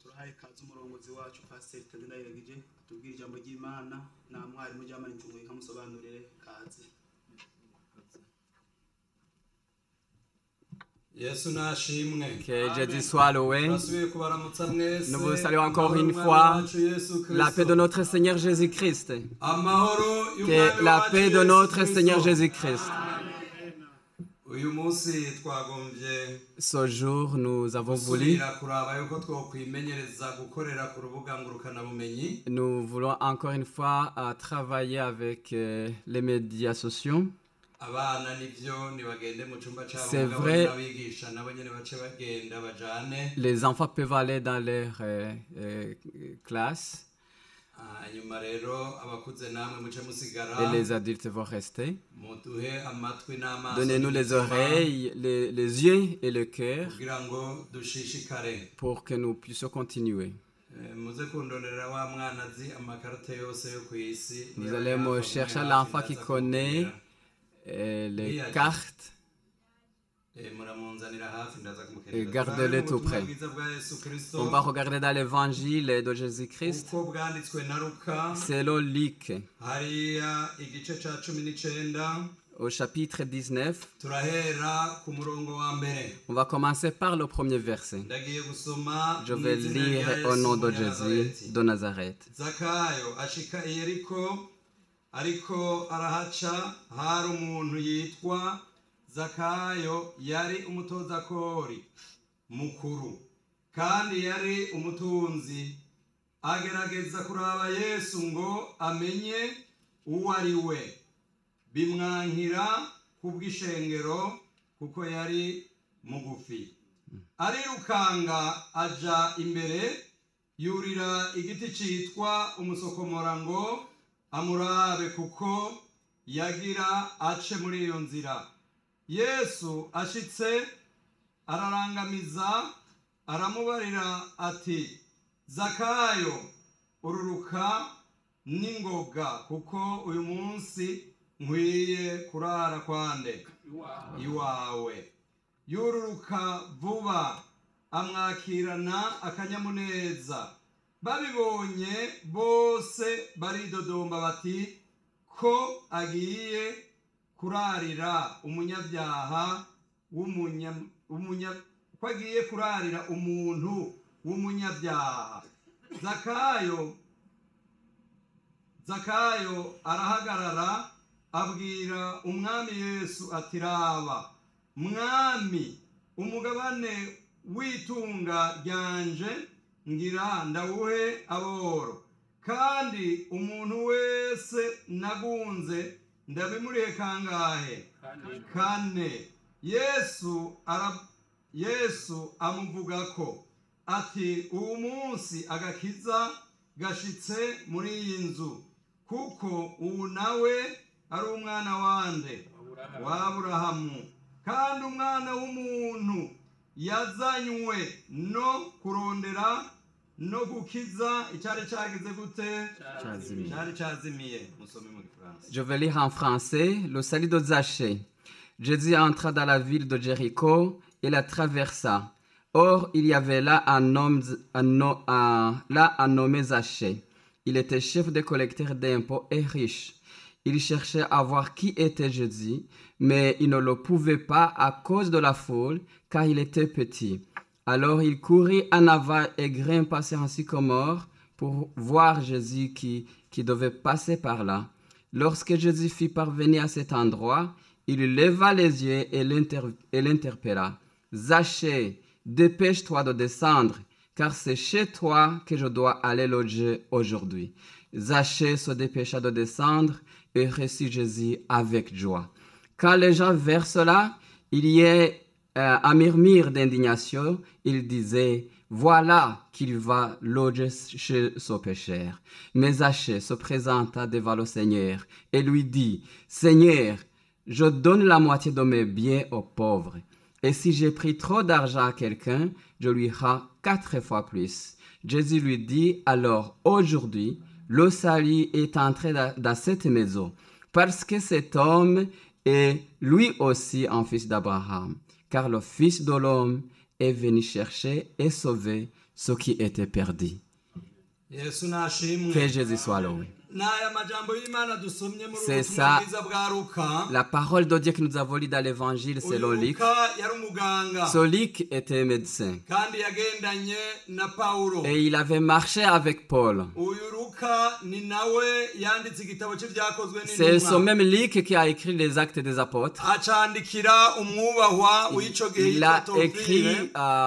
turahaye ikaze umurongozi wacu Pastor Tendayiragije atubwira ijambo ry'Imana na mwarimu Jamani Tumwe kamusobanurire kaze. Que Jésus soit loué. Nous vous saluons encore une fois. La paix de notre Seigneur Jésus-Christ. Que la paix de notre Seigneur Jésus-Christ. Ce jour, nous avons voulu. Nous voulons encore une fois travailler avec les médias sociaux. C'est vrai, les enfants peuvent aller dans leur classe et les adultes vont rester. Donnez-nous les oreilles, les yeux et le cœur pour que nous puissions continuer. Vous allez me chercher l'enfant qui connaît les cartes et gardez-les tout près. On va regarder dans l'évangile de Jésus-Christ selon Luc au chapitre 19. On va commencer par le premier verset. Je vais lire au nom de Jésus de Nazareth. Ariko arahaca hari umuntu yitwa Zakayo yari umutozakori mukuru kandi yari umutunzi agerageza kuraba Yesu ngo amenye uwo ari we bimwankira kubw'ishengero kuko yari mugufi arirukanga aja imbere yurira igiti citwa umusokomora ngo amurabe kuko yagira ace muri iyo nzira. Yesu ashitse ararangamiza aramubarira ati Zakayo ururuka n'ingoga kuko uyu munsi nkwiye kurara kwande iwawe. Yururuka vuba amwakirana akanyamuneza. Babibonye bose baridodomba bati ko agiye kurarira umunyabyaha ko agiye kurarira umuntu w'umunyabyaha. Zakayo arahagarara abwira umwami Yesu ati raba mwami umugabane w'itunga ryanje ngira ndawuhe aboro kandi umuntu wese nagunze ndabimuriye kangahe kane. Yesu amuvugako ati uwo munsi agakiza gashitse muri iyi nzu kuko ubu nawe ari umwana wande wa Aburahamu kandi umwana w'umuntu yazanywe no kurondera no gukiza icyari cyagize gute cyari cyazimiye. Je vais lire en français le salut de Zachée. Jésus entra dans la ville de Jéricho et la traversa. Or, il y avait là un homme nommé Zachée. Il était chef de collecteur d'impôts et riche. Il cherchait à voir qui était Jésus, mais il ne le pouvait pas à cause de la foule, car il était petit. Alors il courut en aval et grimpa sur un sycomore pour voir Jésus qui devait passer par là. Lorsque Jésus fut parvenu à cet endroit, il leva les yeux et l'interpella. « Zachée, dépêche-toi de descendre, car c'est chez toi que je dois aller loger aujourd'hui. » Zachée se dépêcha de descendre et reçut Jésus avec joie. Quand les gens virent cela, il y eut un murmure d'indignation. Ils disaient, voilà qu'il va loger chez ce pécheur. Mais Zachée se présenta devant le Seigneur et lui dit, Seigneur, je donne la moitié de mes biens aux pauvres. Et si j'ai pris trop d'argent à quelqu'un, je lui rends 4 fois plus. Jésus lui dit, alors aujourd'hui, le salut est entré dans cette maison, parce que cet homme est lui aussi un fils d'Abraham, car le Fils de l'homme est venu chercher et sauver ce qui était perdu. yesu nashimwe. Que Jésus soit loué. n'aya majambo y'imana dusomye muri C'est ubutumwa ça. bwiza bwa Luka. La parole de Dieu que nous avons lue dans l'évangile selon Uyu Luc. Luka yari umuganga Ce Luc était médecin kandi yagendanye na Pawulo. et il avait marché avec Paul. uyu Luka ni nawe yanditse igitabo cy'ibyakozwe C'est ce n'intumwa, même Luc qui a écrit les Actes des Apôtres. acandikira umwubahwa w'ico gihe Il yitwa a Théophile, écrit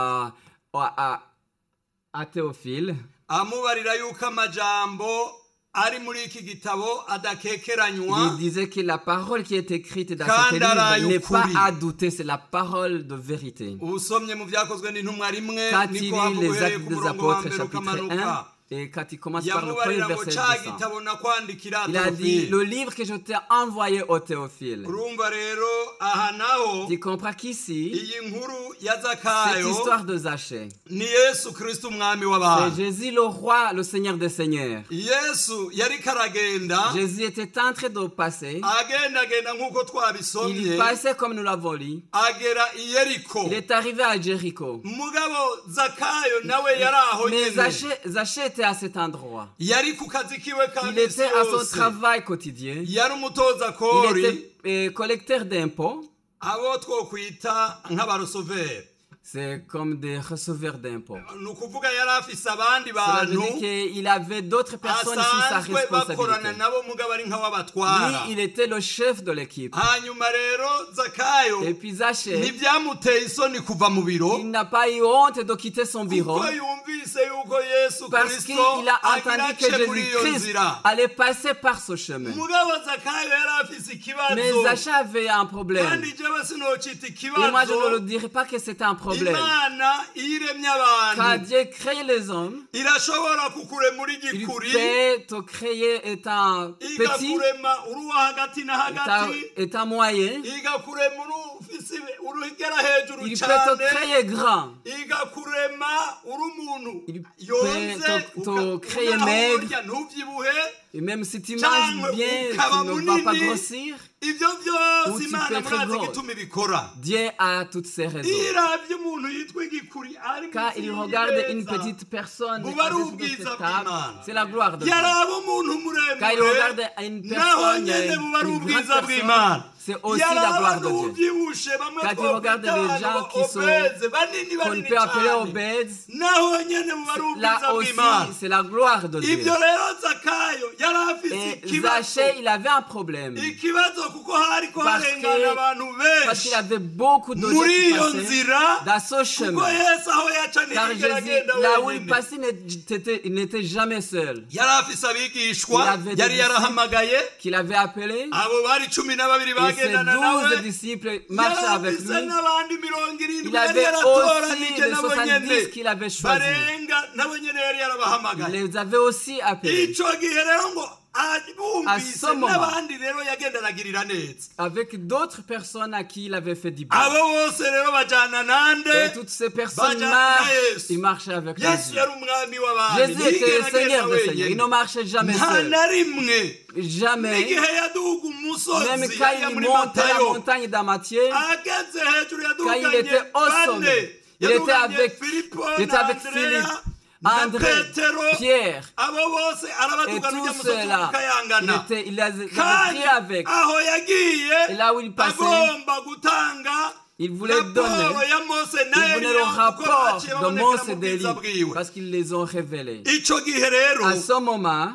à Théophile. amubarira yuko amajambo ari muri iki gitabo adakekeranywa. Il disait que la parole qui est écrite dans Kandi ce livre ari n'est pas ukuri. à douter, c'est la parole de vérité. usomye mu byakozwe n'intumwa rimwe Quand il niko lit havuga les uhereye Actes ku des murongo wa Apôtres, mbere chapitre ukamanuka. 1, et quand il commence par le premier yamubarira ngo verset ca descend, gitabo nakwandikira il a dit, Théophile. le livre que je t'ai envoyé au Théophile. urumva rero aha naho Tu comprends qu'ici, iyi nkuru ya cette Zakayo histoire de Zachée, ni Yesu Kristo umwami c'est w'abantu. Jésus le roi, le Seigneur des Seigneurs. Yesu yariko aragenda Jésus était en train de passer. agendagenda nk'uko Il twabisomye passait comme nous l'avons lu. agera i Yeriko. Il est arrivé à Jéricho. mugabo Zakayo nawe yari aho Mais nyene Zachée était à cet endroit. yari ku kazi kiwe ka Il misi était à son yose. travail quotidien. yari umutoza Il kori était collecteur d'impôts. abo twokwita nk'abarosoveri. C'est comme des receveurs d'impôts. ni ukuvuga yari afise abandi Cela veut bantu dire qu'il avait d'autres personnes sous sa asanzwe bakorana responsabilité. nabo mugabo ari Lui, nk'awabatwara. il était le chef de l'équipe. hanyuma rero Zakayo Et puis Zachée, ntibyamuteye isoni kuva mu biro il n'a pas eu honte de quitter son bureau kuko yumvise yuko Yesu parce Kristo qu'il a agira entendu que ace muri iyo Jésus-Christ nzira. allait passer par ce chemin. mugabo Zakayo yari afise Mais ikibazo Zachée avait un problème. kandi jewe sinocita Et moi, je ne ikibazo. le dirais pas que c'était un problème. Imana iyo iremye Quand abantu Dieu crée les hommes, irashobora kukurema uri il gikuri peut te créer étant petit, igakurema uri uwa hagati na hagati étant moyen. igakurema uri ufise urugera hejuru Il peut te cyane créer grand. igakurema uri umuntu Il peut yonze te créer maigre. urya ntubyibuhe. Et même si tu Cyangwa manges bien, ukaba tu ne vas pas munini. grossir. ibyo Ou byose tu Imana peux être murazi gros. igituma ibikora. Dieu a toutes ses raisons. iravye umuntu yitwa igikuri ari Quand munsi il regarde une y'imeza, petite personne buba ari au-dessus de ubwiza cette table, bw'Imana. c'est la gloire de Dieu. yaraba umuntu Quand il muremure regarde une naho personne, nyene buba ari une grande ubwiza personne, bw'Imana. c'est aussi la yaraba gloire de Dieu. n'ubyibushe bamwe Quand il regarde twokwita les abantu gens qui sont- obèse, banini Qu'on banini peut appeler cyane. obèses, naho nyene buba ari ubwiza là aussi, bw'Imana. c'est la gloire de Dieu. ibyo rero Zakayo yari afise Et ikibazo Zachée, il avait un problème. ikibazo kuko hariko Parce harengana que- abantu Parce qu'il benshi avait beaucoup de gens muri qui iyo passaient nzira dans ce kuko chemin. Yesu aho yaca Car ntiyigera Jésus, agenda là où il wenyine. passait, il n'était jamais seul. yari afise abigishwa Il avait des yari yarahamagaye Qu'il avait appelé, abo bari 12 et ses bagendana nawe 12 disciples marchaient yari avec afise lui. n'abandi 70 Il yari avait yaratoranije aussi les nabo 70 nyene qu'il avait choisis. barenga nabo nyene yari Il yarabahamagaye. les avait aussi appelés. ico gihe rero ngo bumvise ce moment. n'abandi rero yagenda aragirira neza. Avec d'autres personnes à qui il avait fait du bien. abo bose rero bajana Et nande toutes ces personnes Bajana marchent, Yesu. ils marchaient avec Yesu Jésus. yari umwami w'abami Jésus était ntiyigera le Seigneur agenda des Seigneurs. Il ne wenyine marchait jamais nta seul. na rimwe Jamais. n'igihe yaduga umusozi Même quand yajya il muri montait la Matayo montagne d'Amathée, ageze hejuru quand il yaduganye était au bane sommet, il était yaduganye avec, Filipo il était na avec Andrea Philippe, na André, Petero Pierre, abo bose et arabadugana ujya tout musozi cela. ukayangana Il les avait kandi pris avec. aho yagiye Et là où il passait, agomba gutanga il voulait donner. raporo ya Mose na Il voulait le Eliya kuko rapport baciye de babonekera Mose mu et d'Élie bwiza bwiwe. parce qu'ils les ont révélés. Ico gihe rero À ce moment,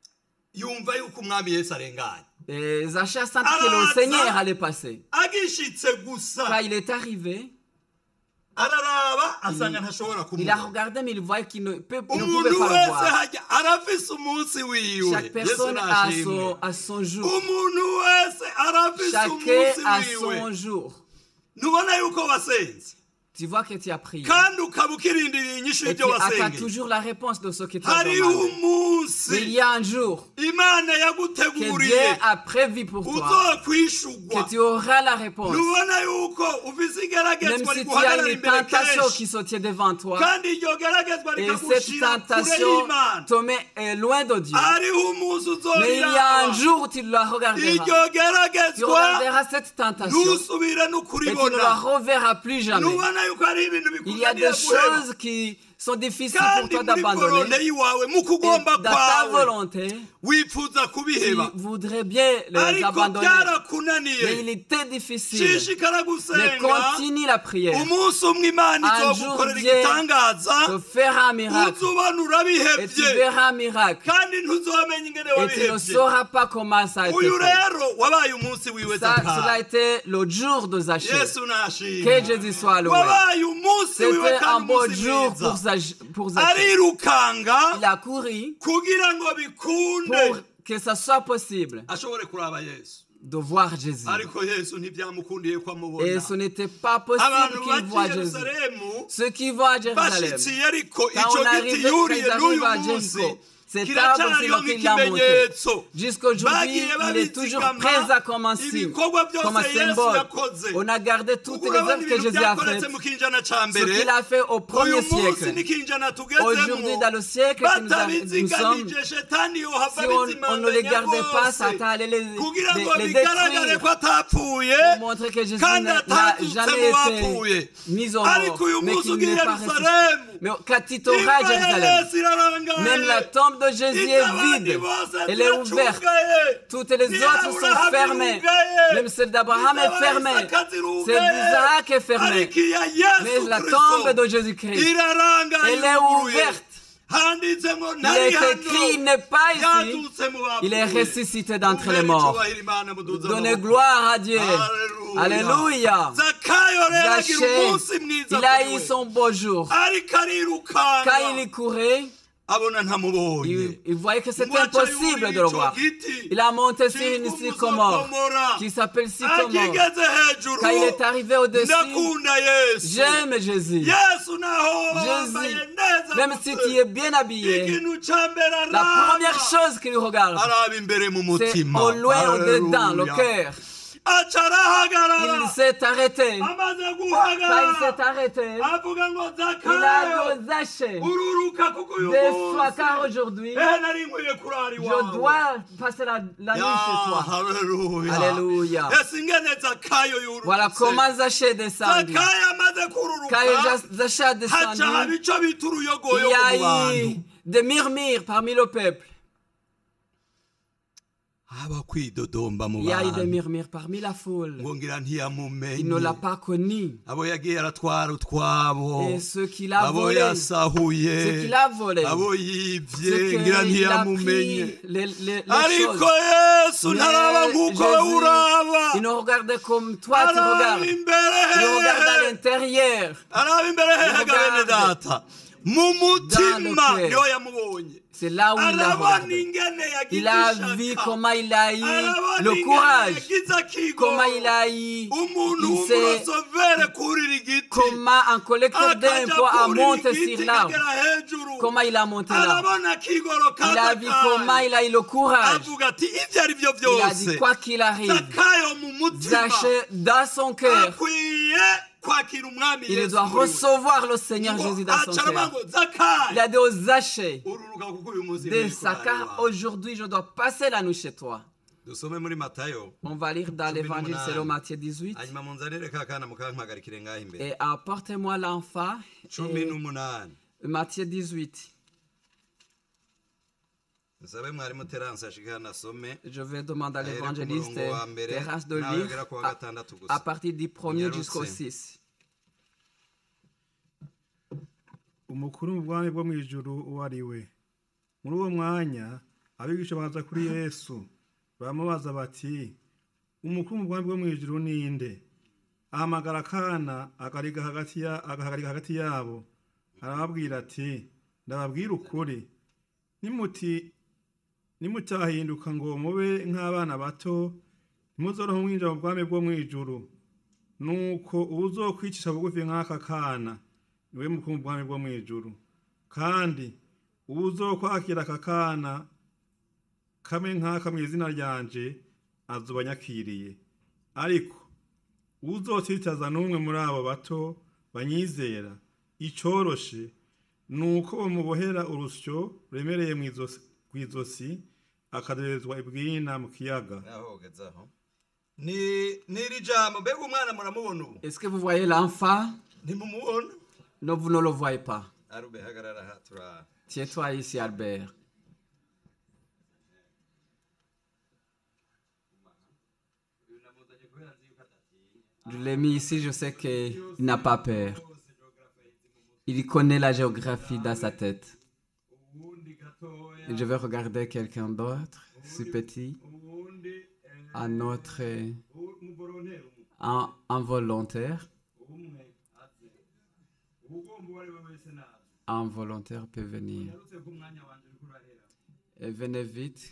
yumva yuko umwami Yesu arenganye Zachée a senti que le Seigneur allait passer. agishitse gusa Quand il est arrivé, araraba asanga ntashobora il a kumubona. regardé mais il voyait qu'il ne pouvait Umuntu pas le wese voir. hajya arafise umunsi wiwe. Chaque Yesu personne nashimwe. a son jour. Umuntu wese arafise Chacun umunsi a wiwe. son jour. Ntubona yuko wasenze Tu vois que tu as prié. kandi ukaba ukirindiriye inyishu Et y'ibyo tu attends wasengeye. toujours la réponse de ce que tu as Hariho demandé. Mais il umunsi y a un jour Imana que Dieu yaguteguriye a prévu pour toi uzokwishurwa. que tu auras la réponse. Ntubona yuko ufise Même igeragezwa si tu as riguhagarara une imbere tentation kenshi qui se tient devant toi kandi iryo geragezwa et cette rikagushira kure tentation y'Imana. te met loin de Dieu. Hariho umunsi Mais il y a un uzobiraba jour où tu la regarderas. iryo Tu geragezwa regarderas cette tentation ntusubire no et tu ne la kuribona. reverras plus jamais. Ntubona yuko hari ibintu Il y a bikuzanira des guheba. choses qui sont difficiles pour kandi toi muri volonté d'abandonner. yiwawe mu Et kugomba dans ta kwawe volonté, wifuza tu kubiheba voudrais bien les ariko abandonner. Mais byarakunaniye il était difficile. shishikara Mais gusenga continue la prière. umunsi umwe imana Un izogukorera jour, Dieu igitangaza te fera un miracle. uzubona Et tu urabihebye verras un miracle. kandi ntuzomenya ingene Et tu ne wabihebye sauras pas comment ça a été uyu fait. rero wabaye umunsi wiwe Cela a zakayo été le jour de Zachée. yesu nashimwe Que Jésus soit loué. wabaye umunsi wiwe C'était un kandi beau umunsi jour mwiza pour Zachée. arirukanga Il a couru kugira ngo bikunde pour que ça soit possible ashobore kuraba yesu de voir Jésus. ariko yesu ntibyamukundiye ko Et amubona ce n'était pas possible abantu qu'il voie bagiye Jésus. yerusalemu Ceux qui vont à Jérusalem, bashitsi yeriko quand ico on giti arrive, quand yuriye ils n'uyu arrivent à munsi Jéricho, cet arbre, c'est kiracyariho le qu'il l'a monté. nk'ikimenyetso Jusqu'aujourd'hui, il est toujours présent comme un signe, ibikorwa comme un byose yesu symbole. yakoze On a gardé toutes kuko les urabona œuvres que ibintu Jésus a byakoretse faites, mu kinjana ca ce mbere qu'il a fait au uyu premier munsi siècle. n'ikinjana Aujourd'hui, tugezemo dans le siècle que nous sommes, batabiziganije shetani yohava si on ne les gardait pas, Satan allait kugira ngo les bigaragare détruire ko atapfuye pour montrer que Jésus kandi n'a atazutse jamais mu été bapfuye mis au ariko mort, uyu mais munsi qu'il ugiye n'est pas ressuscité. yerusalemu Mais quand tu t'auras à Jérusalem, même la tombe de Jésus est vide. Elle est ouverte. Toutes les autres sont fermées. Même celle d'Abraham est fermée. Celle d'Isaac est fermée. Mais la tombe de Jésus-Christ, elle est ouverte. Il est écrit, il n'est pas ici. Il est ressuscité d'entre les morts. Donnez gloire à Dieu. Alléluia. Zachée, il a eu son beau jour. Quand il courait, il voyait que c'était impossible de le voir. Il a monté sur une sycomore qui s'appelle sycomore. Quand il est arrivé au-dessus, j'aime Jésus. Jésus, même si tu es bien habillé, la première chose qu'il regarde, c'est au loin, au-dedans, le cœur. Il s'est arrêté. Quand il s'est arrêté, il a dit aux Zachée, des fois, car aujourd'hui, je dois passer la nuit chez toi. Alléluia. Voilà comment Zachée est descendu. Quand Zachée a descendu, il y a eu des murmures parmi le peuple. Il y a eu des murmures parmi la foule. Il ne l'a pas connu. Et ceux qui l'ont volé, ceux qui l'ont volé, ceux qui l'ont pris les choses. Mais Jésus, il nous regardait comme toi tu regardes. Il nous regarde à l'intérieur. C'est là où il a regardé. Il a vu comment il a eu le courage, comment il a eu, comment un collecteur d'impôts a monté sur l'arbre, comment il a monté l'arbre. Il a vu comment il a eu le courage. Il a dit quoi qu'il arrive, Zachée dans son cœur, il doit recevoir le Seigneur Jésus dans son cœur. Il a dit aux Zachée, de Sakar, aujourd'hui je dois passer la nuit chez toi. On va lire dans l'évangile selon Matthieu 18. Et apportez-moi l'enfant. Matthieu 18. Je vais demander à l'évangéliste Terrasse de lire à partir du 1er jusqu'au 6. umukuru mu bwami bwo mu ijuru uwo ari we. Muri uwo mwanya abigisha baza kuri Yesu baramubaza bati umukuru mu bwami bwo mu ijuru ninde? Ahamagara akana agahagarika hagati yabo arababwira ati ndababwira ukuri nimutahinduka ngo mube nk'abana bato ntimuzorohe mwinjira mu bwami bwo mu ijuru. Nuko uzokwicisha bugufi nk'aka kana niwe mukuru mu bwami bwo mu ijuru, kandi uzokwakira aka kana kame nk'aka mu izina ryanje azoba anyakiriye. Ariko uzotsitaza n'umwe muri abo bato banyizera, icoroshe nuko bamubohera urusyo ruremereye kw'izosi akaderezwa ibwina mu kiyaga. Est-ce que vous voyez l'enfant? Non, vous ne le voyez pas. arube hagarara aha tura Tiens-toi ici, Albert. Je l'ai mis ici, je sais qu'il n'a pas peur. Il connaît la géographie dans sa tête. Et je vais regarder quelqu'un d'autre, ce petit, un autre, un volontaire. Un volontaire peut venir. Et venez vite.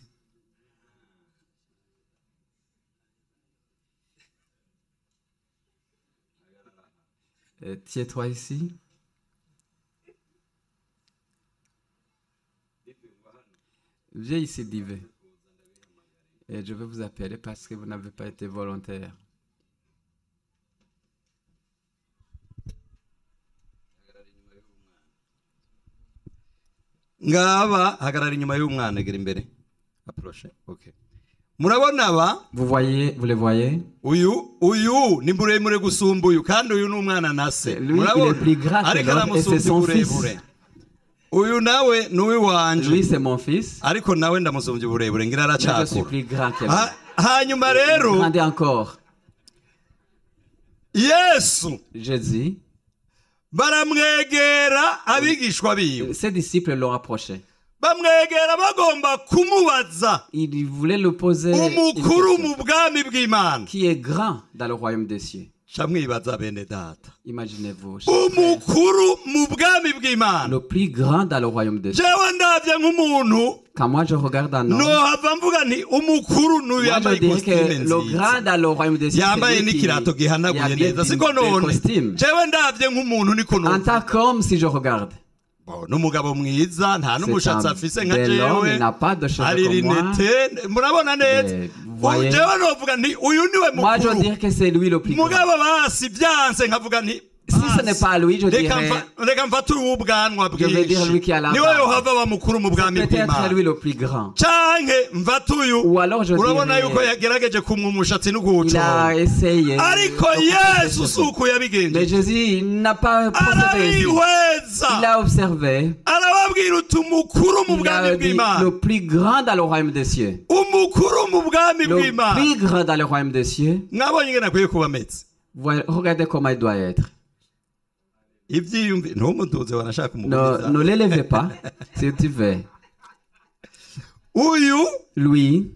Tiens-toi ici. Viens ici, Divé. Et je vais vous appeler parce que vous n'avez pas été volontaire. ngaba hagarara inyuma y'umwana gera imbere approche okay murabona aba Vous les voyez? uyu ni muremure gusumba uyu kandi uyu ni umwana na se Lui, il est plus grand que l'autre et c'est son fils. uyu nawe ni uwanje Lui, c'est mon fils. ariko nawe ndamusumbye uburebure ngira Mais je suis aracakura plus grand que lui. hanyuma rero Grandez encore. Yesu Jésus, baramwegera abigishwa biwe ses disciples l'ont approché. bamwegera bagomba kumubaza Ils voulaient le poser une umukuru question. mu bwami bw'Imana Qui est grand dans le royaume des cieux? camwibaza bene data Imaginez-vous. chers frères. umukuru mu bwami bw'Imana Le plus grand dans le royaume des cieux. jewe ndavye nk'umuntu Quand moi je regarde un homme, nohava mvuga nti umukuru n'uyu moi je yambaye dirais que ikositime le grand nziza dans le royaume des cieux, yambaye c'est lui qui n'ikirato qui a gihanaguye bien neza siko des none costumes. jewe ndavye nk'umuntu niko En none tant qu'homme, si je regarde, n'umugabo mwiza nta c'est n'umushatsi un afise nka bel homme, il jewe n'a pas de cheveux ari comme moi. rinete murabona neza Mais vous voyez, jewe novuga nti uyu niwe moi je mukuru dirais que c'est lui le plus grand. mugabo basi byanse nkavuga nti Si ce n'est pas lui, je dirais reka mfate uw'ubwanwa Je vais dire lui qui a la niwe barbe. yohava aba mukuru mu bwami peut-être bw'Imana lui le plus grand. canke mfate uyu Ou alors je urabona yuko dirais, yagerageje kumwa umushatsi il n'ugucora a essayé. ariko yesu si uko Mais yabigenje Jésus il n'a pas procédé ainsi. arabihweza Il a observé. arababwira uti umukuru mu Il bwami a dit bw'Imana le plus grand dans le royaume des cieux. umukuru mu bwami Le bw'Imana plus grand dans le royaume des cieux. mwabonye ingene akwiye kuba ameze Regardez comment il doit être. ivyiyumvi ntumuduze wanashaka Ne umuguriza l'élevez pas, si tu veux. uyu Lui,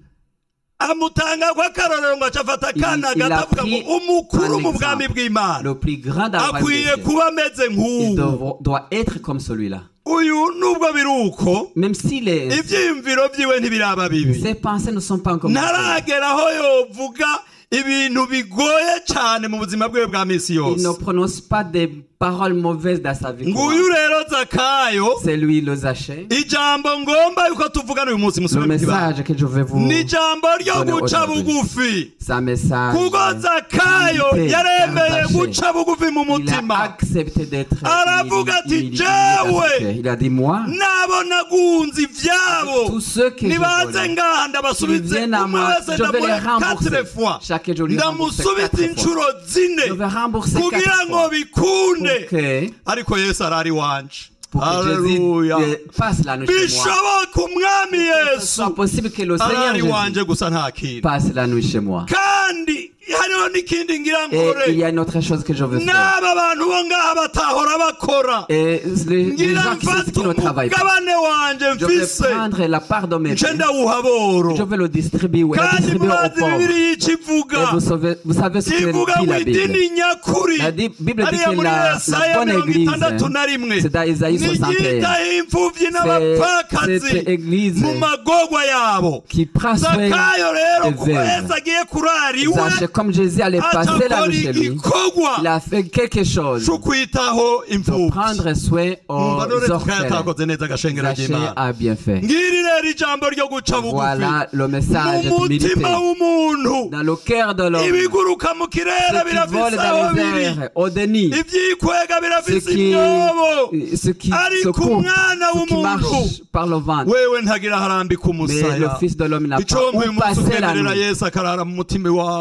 amutanga kwa karorero ngo acafata akana il a gatavuga ngo pris umukuru un mu bwami exemple. bw'Imana Le plus grand dans le royaume des akwiye cieux. kuba ameze Il nk'uwo doit être comme celui-là. uyu nubwo biri uko Même s'il est... ivyiyumviro vyiwe ntibiraba bibi Ses pensées ne sont pas encore... ntaragera aho yovuga ibintu bigoye cyane mu buzima bwiwe bwa misi Il ne yose prononce pas des paroles mauvaises dans sa vie. nguyu rero zakayo C'est lui le Zaché. ijambo ngomba yuko tuvugana uyu munsi Le musubire mu kibanga message que je vais vous ni ijambo ryo donner guca aujourd'hui. bugufi C'est un message. kuko zakayo humilité, yaremeye Zaché. guca bugufi mu Il a mutima accepté d'être Aravuga ati, humilié. "Jewe, Il a dit moi, nabona gunzi ivyabo tous ceux que je nibaze volais, ngaha qu'ils ndabasubize viennent à umwe moi, wese je vais les ndamure 4 rembourser. fois Chaque jour, lui rembourser ndamusubize 4 fois. inshuro zine Je vais rembourser kugira 4 ngo fois. bikunde Pour que, ariko yesu arari wanje pour que Jésus haleluya passe la nuit chez moi. bishoboka umwami Que ce yesu soit possible que le Seigneur arari Jésus wanje gusa nta kintu passe la nuit chez moi. kandi hariho n'ikindi ngira Et il y nkore a une autre chose que je veux faire. n'aba bantu bo ngaha batahora bakora Et les ngira gens mfate qui ne travaillent pas, umugabane wanje je vais mfise prendre la part de mes nce biens. ndawuha boro Je vais le distribuer, la kandi distribuer aux murazi pauvres. bibiri yica Et ivuga vous savez ce que ivuga dit ngo la Bible. idini nyakuri La Bible dit hariya que muri la yesaya bonne mirongo église, itandatu na rimwe c'est dans Isaïe 61. niyitaho imfuvyi C'est n'abapfakazi cette église mu magorwa yabo qui prend soin zakayo rero des kuko veuves. yesu agiye kurara iwe Zaché, comme Jésus allait passer la acakora nuit chez lui, igikorwa il a fait quelque chose co kwitaho de imfuvyi prendre soin aux umva none orphelins. twatakoze neza agashengero Zaché ry'imana a bien fait. ngiri rero ijambo ryo guca bugufi Voilà le message mu d'humilité. mutima w'umuntu Dans le cœur de l'homme, ibiguruka mu kirere ce qui vole birafise aho dans biri les airs, au déni, ivyikwega ce birafise qui, imyobo ce qui se ariko coupe, umwana ce qui marche w'umuntu par le ventre. wewe ntagira harambika Mais le umusaya Fils de l'homme n'a ico pas nk'uyu où munsi passer la ukwemerera nuit. yesu akarara mu mutima wawe Je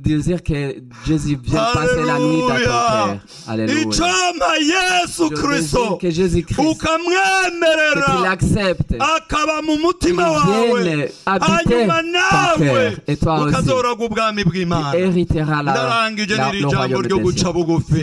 désire que Jésus vienne passer la nuit dans ton cœur. Alléluia. icampa yesu Je kristo désire que Jésus-Christ, que tu ukamwemerera l'acceptes, akaba mu qu'il mutima wawe vienne habiter hanyuma ton nawe cœur. Et toi aussi, ukazoraga ubwami tu bw'imana hériteras ndarangije le n'iri jambo royaume ryo des guca cieux. bugufi